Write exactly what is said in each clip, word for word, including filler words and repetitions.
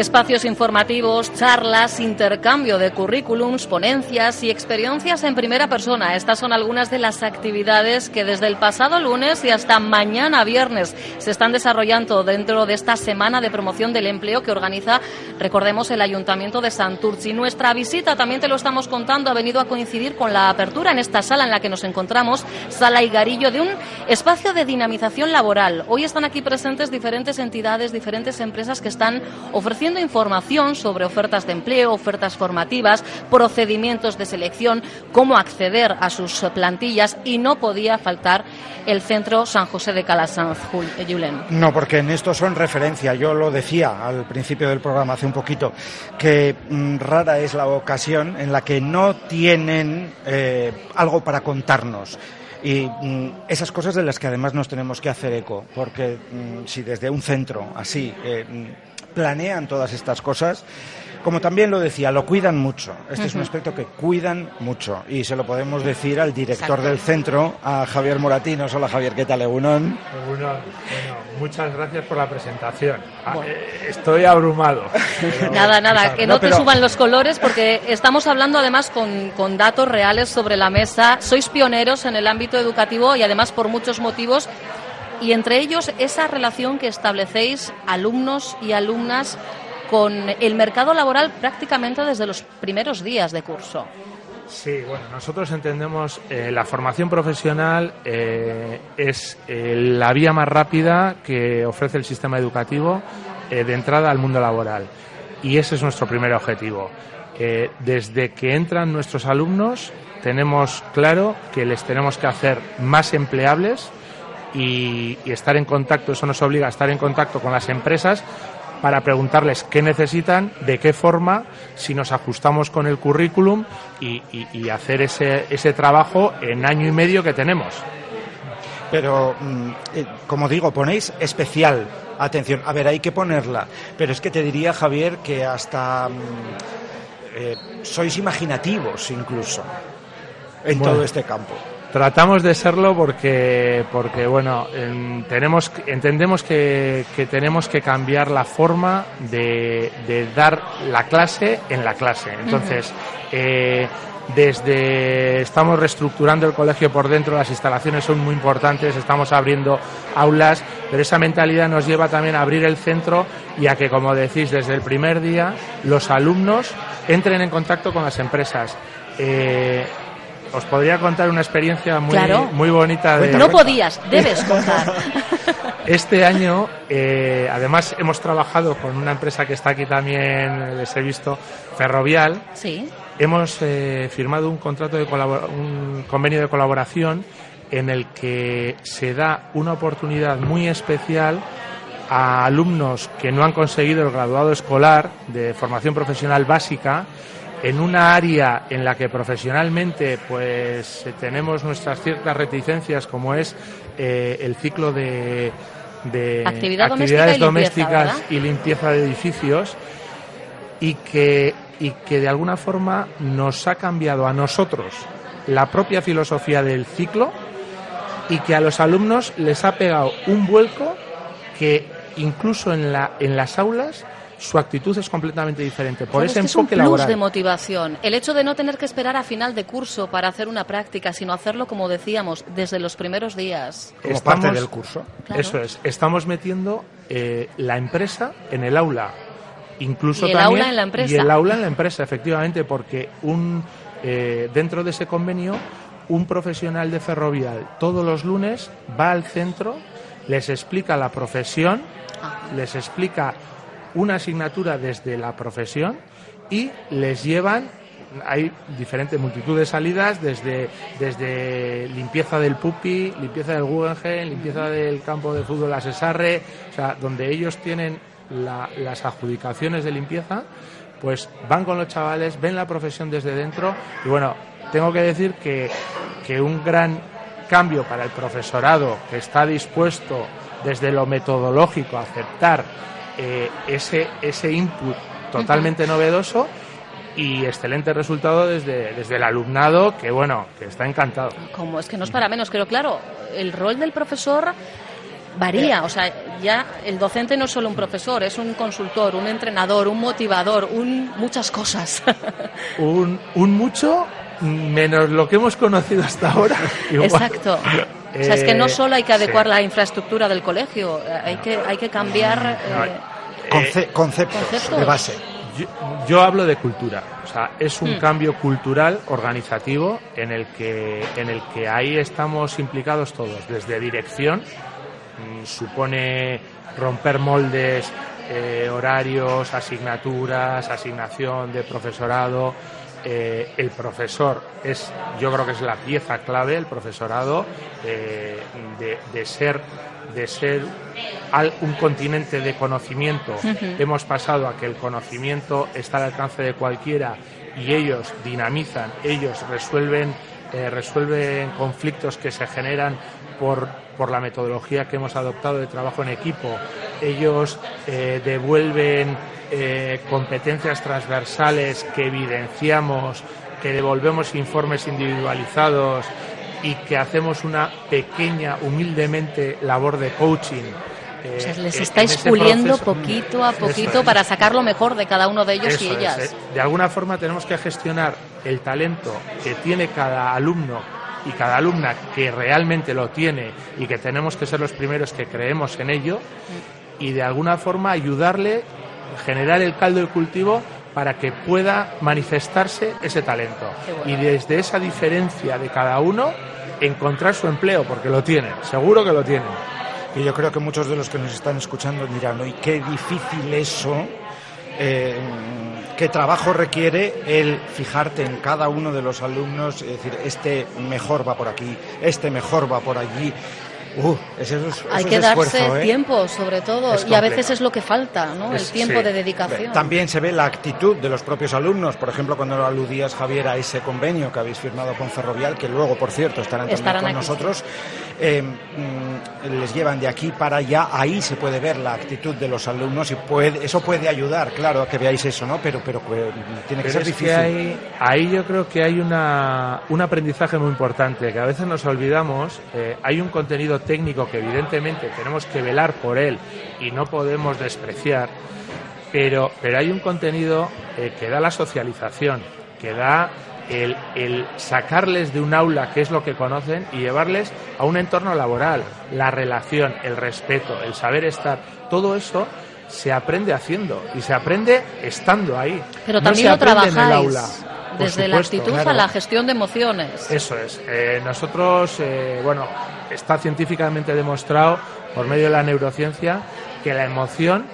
Espacios informativos, charlas, intercambio de currículums, ponencias y experiencias en primera persona. Estas son algunas de las actividades que desde el pasado lunes y hasta mañana viernes se están desarrollando dentro de esta semana de promoción del empleo que organiza, recordemos, el Ayuntamiento de Santurtzi. Nuestra visita, también te lo estamos contando, ha venido a coincidir con la apertura en esta sala en la que nos encontramos, Sala Higarillo, de un espacio de dinamización laboral. Hoy están aquí presentes diferentes entidades, diferentes empresas que están ofreciendo información sobre ofertas de empleo, ofertas formativas, procedimientos de selección, cómo acceder a sus plantillas, y no podía faltar el Centro San José de Calasanz, Julen. No, porque en esto son referencia. Yo lo decía al principio del programa hace un poquito, que mmm, rara es la ocasión en la que no tienen eh, algo para contarnos. Y mmm, esas cosas de las que además nos tenemos que hacer eco, porque mmm, si desde un centro así eh, planean todas estas cosas, como también lo decía, lo cuidan mucho. Este uh-huh. es un aspecto que cuidan mucho, y se lo podemos decir al director Exacto. del centro, a Javier Moratinos. Hola Javier, ¿qué tal? Egunon. Egunon. Bueno, muchas gracias por la presentación. Bueno. Estoy abrumado. Nada, nada, que no, no te pero... suban los colores, porque estamos hablando además con, con datos reales sobre la mesa. Sois pioneros en el ámbito educativo y además por muchos motivos, y entre ellos esa relación que establecéis alumnos y alumnas con el mercado laboral prácticamente desde los primeros días de curso. Sí, bueno, nosotros entendemos eh, la formación profesional eh, es eh, la vía más rápida que ofrece el sistema educativo eh, de entrada al mundo laboral, y ese es nuestro primer objetivo. Eh, desde que entran nuestros alumnos tenemos claro que les tenemos que hacer más empleables y, y estar en contacto, eso nos obliga a estar en contacto con las empresas para preguntarles qué necesitan, de qué forma, si nos ajustamos con el currículum y, y, y hacer ese, ese trabajo en año y medio que tenemos. Pero, como digo, ponéis especial atención. A ver, hay que ponerla. Pero es que te diría, Javier, que hasta eh, sois imaginativos incluso en bueno. todo este campo. Tratamos de serlo porque, porque bueno, en, tenemos, entendemos que, que tenemos que cambiar la forma de, de dar la clase en la clase. Entonces, uh-huh. eh, desde estamos reestructurando el colegio por dentro, las instalaciones son muy importantes, estamos abriendo aulas, pero esa mentalidad nos lleva también a abrir el centro y a que, como decís, desde el primer día los alumnos entren en contacto con las empresas. Eh, Os podría contar una experiencia muy, claro. muy bonita. De... No podías, debes contar. Este año, eh, además, hemos trabajado con una empresa que está aquí también, les he visto, Ferrovial. Sí. Hemos eh, firmado un contrato de colabor- un convenio de colaboración en el que se da una oportunidad muy especial a alumnos que no han conseguido el graduado escolar de formación profesional básica, en una área en la que profesionalmente pues tenemos nuestras ciertas reticencias, como es eh, el ciclo de, de Actividad actividades doméstica y domésticas limpieza, y limpieza de edificios, y que, y que de alguna forma nos ha cambiado a nosotros la propia filosofía del ciclo, y que a los alumnos les ha pegado un vuelco que incluso en, la, en las aulas su actitud es completamente diferente. Por ese enfoque laboral. Es un plus de motivación. El hecho de no tener que esperar a final de curso para hacer una práctica, sino hacerlo, como decíamos, desde los primeros días. Como estamos, parte del curso. Claro. Eso es. Estamos metiendo eh, la empresa en el aula. Incluso y el también, aula en la empresa. Y el aula en la empresa, efectivamente, porque un eh, dentro de ese convenio, un profesional de Ferrovial todos los lunes va al centro, les explica la profesión, ah. les explica una asignatura desde la profesión, y les llevan, hay diferentes multitud de salidas, desde, desde limpieza del Pupi, limpieza del Guggenheim, limpieza del campo de fútbol La Cesarre, o sea, donde ellos tienen la, las adjudicaciones de limpieza, pues van con los chavales, ven la profesión desde dentro, y bueno, tengo que decir que, que un gran cambio para el profesorado, que está dispuesto desde lo metodológico a aceptar Eh, ese ese input totalmente novedoso, y excelente resultado desde, desde el alumnado, que bueno, que está encantado. Como es que no es para menos, pero claro, el rol del profesor varía, o sea, ya el docente no es solo un profesor, es un consultor, un entrenador, un motivador, un muchas cosas. un, un mucho menos lo que hemos conocido hasta ahora. Igual. Exacto. O sea, es que no solo hay que adecuar sí. la infraestructura del colegio, hay que, hay que cambiar eh, Conce- conceptos, conceptos de base. Yo, yo hablo de cultura, o sea, es un mm. cambio cultural organizativo en el que en el que ahí estamos implicados todos, desde dirección, mmm, supone romper moldes, eh, horarios, asignaturas, asignación de profesorado. Eh, el profesor es, yo creo que es la pieza clave, el profesorado, eh, de, de ser de ser al, un continente de conocimiento. Uh-huh. Hemos pasado a que el conocimiento está al alcance de cualquiera y ellos dinamizan, ellos resuelven eh, resuelven conflictos que se generan por, por la metodología que hemos adoptado de trabajo en equipo. Ellos eh, devuelven eh, competencias transversales que evidenciamos, que devolvemos informes individualizados y que hacemos una pequeña, humildemente, labor de coaching. Eh, o sea, les estáis puliendo proceso, poquito a poquito es. para sacar lo mejor de cada uno de ellos eso y ellas. Es, eh. De alguna forma tenemos que gestionar el talento que tiene cada alumno y cada alumna que realmente lo tiene y que tenemos que ser los primeros que creemos en ello mm. y de alguna forma ayudarle a generar el caldo de cultivo para que pueda manifestarse ese talento. Bueno. Y desde esa diferencia de cada uno encontrar su empleo, porque lo tienen, seguro que lo tienen. Y yo creo que muchos de los que nos están escuchando dirán, ¿y qué difícil eso, eh, qué trabajo requiere el fijarte en cada uno de los alumnos, es decir, este mejor va por aquí, este mejor va por allí? Uh, eso es, eso Hay que es darse esfuerzo, ¿eh? tiempo, sobre todo, es y a veces es lo que falta, ¿no? Es, el tiempo sí. de dedicación. También se ve la actitud de los propios alumnos, por ejemplo, cuando lo aludías, Javier, a ese convenio que habéis firmado con Ferrovial, que luego, por cierto, estarán, estarán también con aquí, nosotros, sí. eh, mm, les llevan de aquí para allá, ahí se puede ver la actitud de los alumnos y puede, eso puede ayudar, claro, a que veáis eso, ¿no? Pero, pero pues, tiene que pero ser es difícil. Que hay, ahí yo creo que hay una, un aprendizaje muy importante, que a veces nos olvidamos. Eh, hay un contenido técnico que evidentemente Evidentemente tenemos que velar por él y no podemos despreciar, pero, pero hay un contenido eh, que da la socialización, que da el, el sacarles de un aula, que es lo que conocen, y llevarles a un entorno laboral, la relación, el respeto, el saber estar, todo eso se aprende haciendo y se aprende estando ahí. Pero no también se lo trabajáis. En el aula. Desde supuesto, la actitud claro. a la gestión de emociones. Eso es. Eh, nosotros, eh, bueno, está científicamente demostrado por medio de la neurociencia que la emoción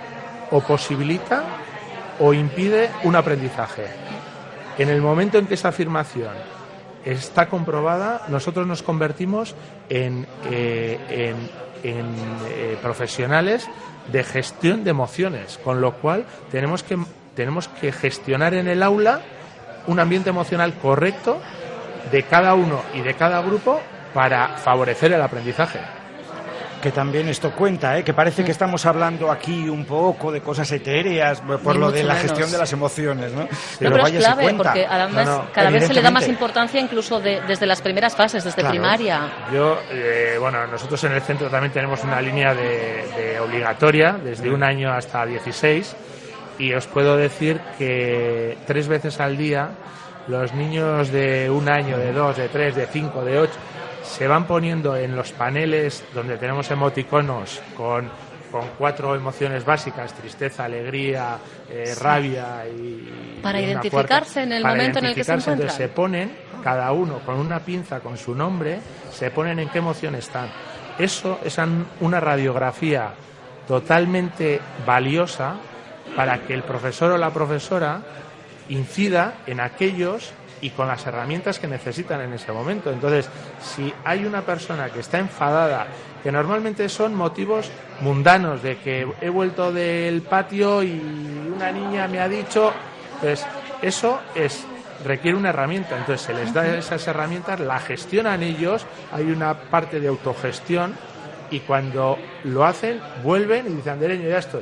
o posibilita o impide un aprendizaje. En el momento en que esa afirmación está comprobada, nosotros nos convertimos en, eh, en, en eh, profesionales de gestión de emociones, con lo cual tenemos que, tenemos que gestionar en el aula un ambiente emocional correcto de cada uno y de cada grupo para favorecer el aprendizaje. Que también esto cuenta, ¿eh? Que parece que estamos hablando aquí un poco de cosas etéreas por Ni lo de la menos. gestión de las emociones, ¿no? No, pero, pero es clave porque además no, no, cada vez se le da más importancia incluso de, desde las primeras fases, desde claro. primaria. Yo, eh, bueno, nosotros en el centro también tenemos una línea de, de obligatoria desde un año hasta dieciséis y os puedo decir que tres veces al día los niños de un año, de dos, de tres, de cinco, de ocho se van poniendo en los paneles donde tenemos emoticonos con, con cuatro emociones básicas, tristeza, alegría, eh, sí. rabia y... Para y identificarse cuarta, en el para momento en el que se encuentran. Entonces se ponen, cada uno con una pinza con su nombre, se ponen en qué emoción están. Eso es una radiografía totalmente valiosa para que el profesor o la profesora incida en aquellos y con las herramientas que necesitan en ese momento. Entonces, si hay una persona que está enfadada, que normalmente son motivos mundanos, de que he vuelto del patio y una niña me ha dicho, pues eso es requiere una herramienta. Entonces, se les da esas herramientas, la gestionan ellos, hay una parte de autogestión y cuando lo hacen, vuelven y dicen, Andereño, ya estoy.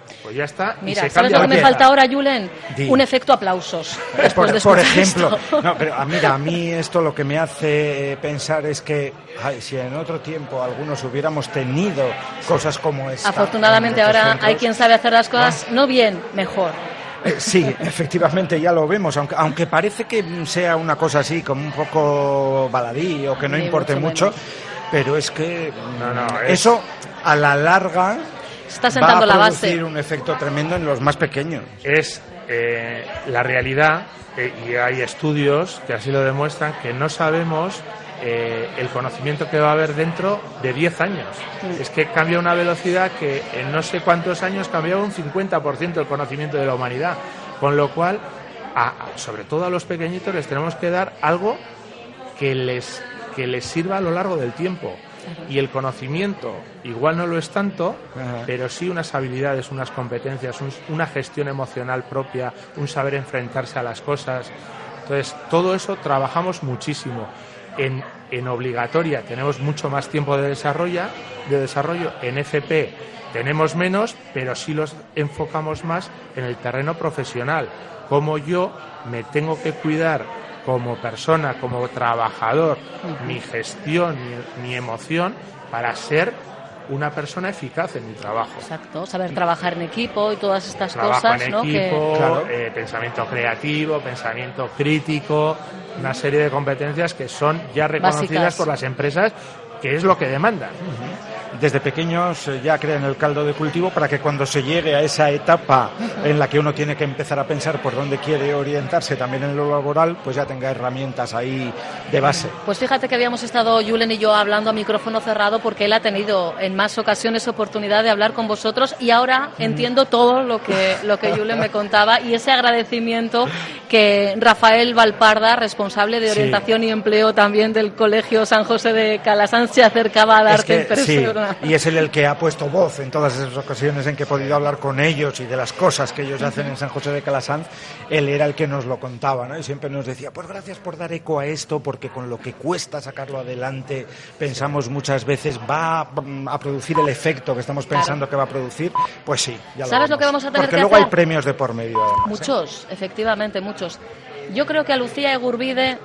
Pues ya está. Mira, y se ¿sabes cambia lo que la me pieza. falta ahora, Julen? Di. Un efecto aplausos. Por, de por escuchar ejemplo, esto. no, pero mira, a mí esto lo que me hace pensar es que ay, si en otro tiempo algunos hubiéramos tenido cosas como esta. Afortunadamente en otros ahora centros, hay quien sabe hacer las cosas no bien, mejor. Eh, sí, efectivamente ya lo vemos, aunque, aunque parece que sea una cosa así como un poco baladí o que no Ni importe mucho mucho, pero es que No, no, mm, es- eso a la larga Está va sentando a la producir base. un efecto tremendo en los más pequeños. Es eh, la realidad, eh, y hay estudios que así lo demuestran, que no sabemos eh, el conocimiento que va a haber dentro de diez años. Mm. Es que cambia una velocidad que en no sé cuántos años cambiaba un cincuenta por ciento el conocimiento de la humanidad. Con lo cual, a- a- sobre todo a los pequeñitos, les tenemos que dar algo que les, que les sirva a lo largo del tiempo. Y el conocimiento igual no lo es tanto, Ajá. pero sí unas habilidades, unas competencias, un- una gestión emocional propia, un saber enfrentarse a las cosas. Entonces, todo eso trabajamos muchísimo. En, en obligatoria tenemos mucho más tiempo de desarrollo, de desarrollo. En F P tenemos menos, pero sí los enfocamos más en el terreno profesional. Como yo me tengo que cuidar como persona, como trabajador, mi gestión, mi, mi emoción, para ser una persona eficaz en mi trabajo. Exacto, saber trabajar en equipo y todas estas Trabajo cosas, en ¿no? equipo, Que... Claro. eh, pensamiento creativo, pensamiento crítico, una serie de competencias que son ya reconocidas Básicas. por las empresas, que es lo que demandan. Desde pequeños eh, ya crean el caldo de cultivo para que cuando se llegue a esa etapa en la que uno tiene que empezar a pensar por dónde quiere orientarse también en lo laboral, pues ya tenga herramientas ahí de base. Pues fíjate que habíamos estado Julen y yo hablando a micrófono cerrado porque él ha tenido en más ocasiones oportunidad de hablar con vosotros y ahora entiendo todo lo que, lo que Julen me contaba y ese agradecimiento que Rafael Valparda, responsable de Sí. orientación y empleo también del Colegio San José de Calassanz, se acercaba a Es darte en que, sí, persona. y es él el que ha puesto voz en todas esas ocasiones en que he podido hablar con ellos y de las cosas que ellos hacen en San José de Calassanz. Él era el que nos lo contaba, ¿no? Y siempre nos decía, pues gracias por dar eco a esto, porque con lo que cuesta sacarlo adelante, pensamos muchas veces, va a, a producir el efecto que estamos pensando Claro. que va a producir. Pues sí, ya lo ¿Sabes lo vemos. que vamos a tener porque que luego hacer? hay premios de por medio, además, ¿eh? Muchos, efectivamente, muchos. Yo creo que a Lucía Egurbide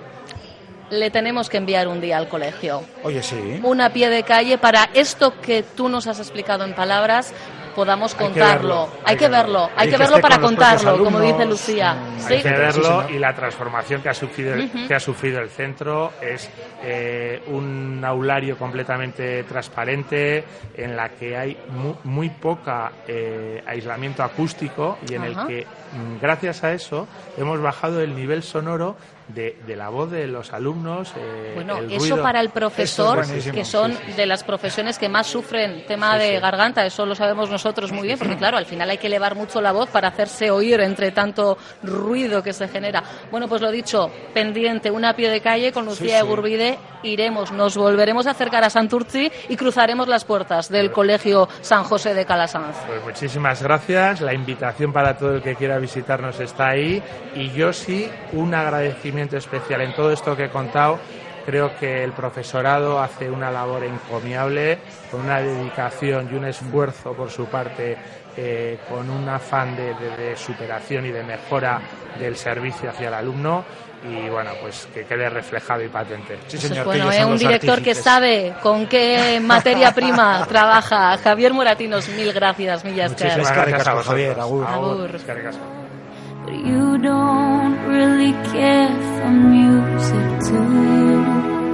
le tenemos que enviar un día al colegio. Oye, sí. Un a pie de calle para esto que tú nos has explicado en palabras podamos Hay que contarlo. verlo, hay que verlo, hay Y que que verlo esté para con los propios contarlo, como dice alumnos, Lucía. mm, Sí. Hay que Sí, verlo señor. y la transformación que ha sufrido, Ujú. que ha sufrido el centro es eh, un aulario completamente transparente en la que hay mu- muy poca eh, aislamiento acústico y en Ajá. el que mm, gracias a eso hemos bajado el nivel sonoro de, de la voz de los alumnos. eh, Bueno, el eso ruido. para el profesor, Eso es buenísimo, que son sí, sí, sí. de las profesiones que más sufren tema Sí, de sí. garganta, eso lo sabemos nosotros muy bien, porque claro, al final hay que elevar mucho la voz para hacerse oír entre tanto ruido que se genera. Bueno, pues lo dicho, pendiente, una a pie de calle con Lucía sí. Egurbide, iremos, nos volveremos a acercar a Santurtzi y cruzaremos las puertas del Colegio San José de Calassanz. Pues muchísimas gracias. La invitación para todo el que quiera visitarnos está ahí. Y yo sí, un agradecimiento especial en todo esto que he contado. Creo que el profesorado hace una labor encomiable, con una dedicación y un esfuerzo por su parte, eh, con un afán de, de- de superación y de mejora del servicio hacia el alumno. Y bueno, pues que quede reflejado y patente. Sí, Eso señor, es que bueno, ellos ¿eh? son Un los director que artífices. sabe con qué materia prima trabaja. Javier Moratinos, mil gracias, millas Muchísimas Es que gracias a ricasco, vosotros. Javier, agur. Agur. Es que ricasco. But you don't really care for music, do you?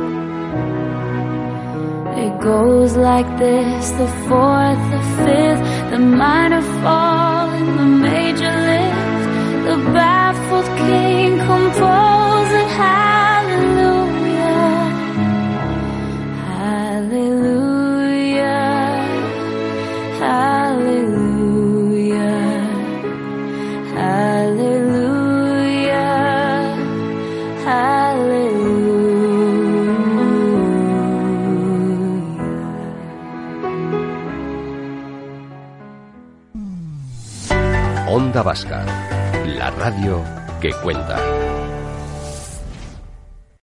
It goes like this, the fourth, the fifth, the minor fall and the major lift, the baffled king composing hallelujah, hallelujah, hallelujah, hallelujah, hallelujah. Onda Vasca, la radio que cuenta.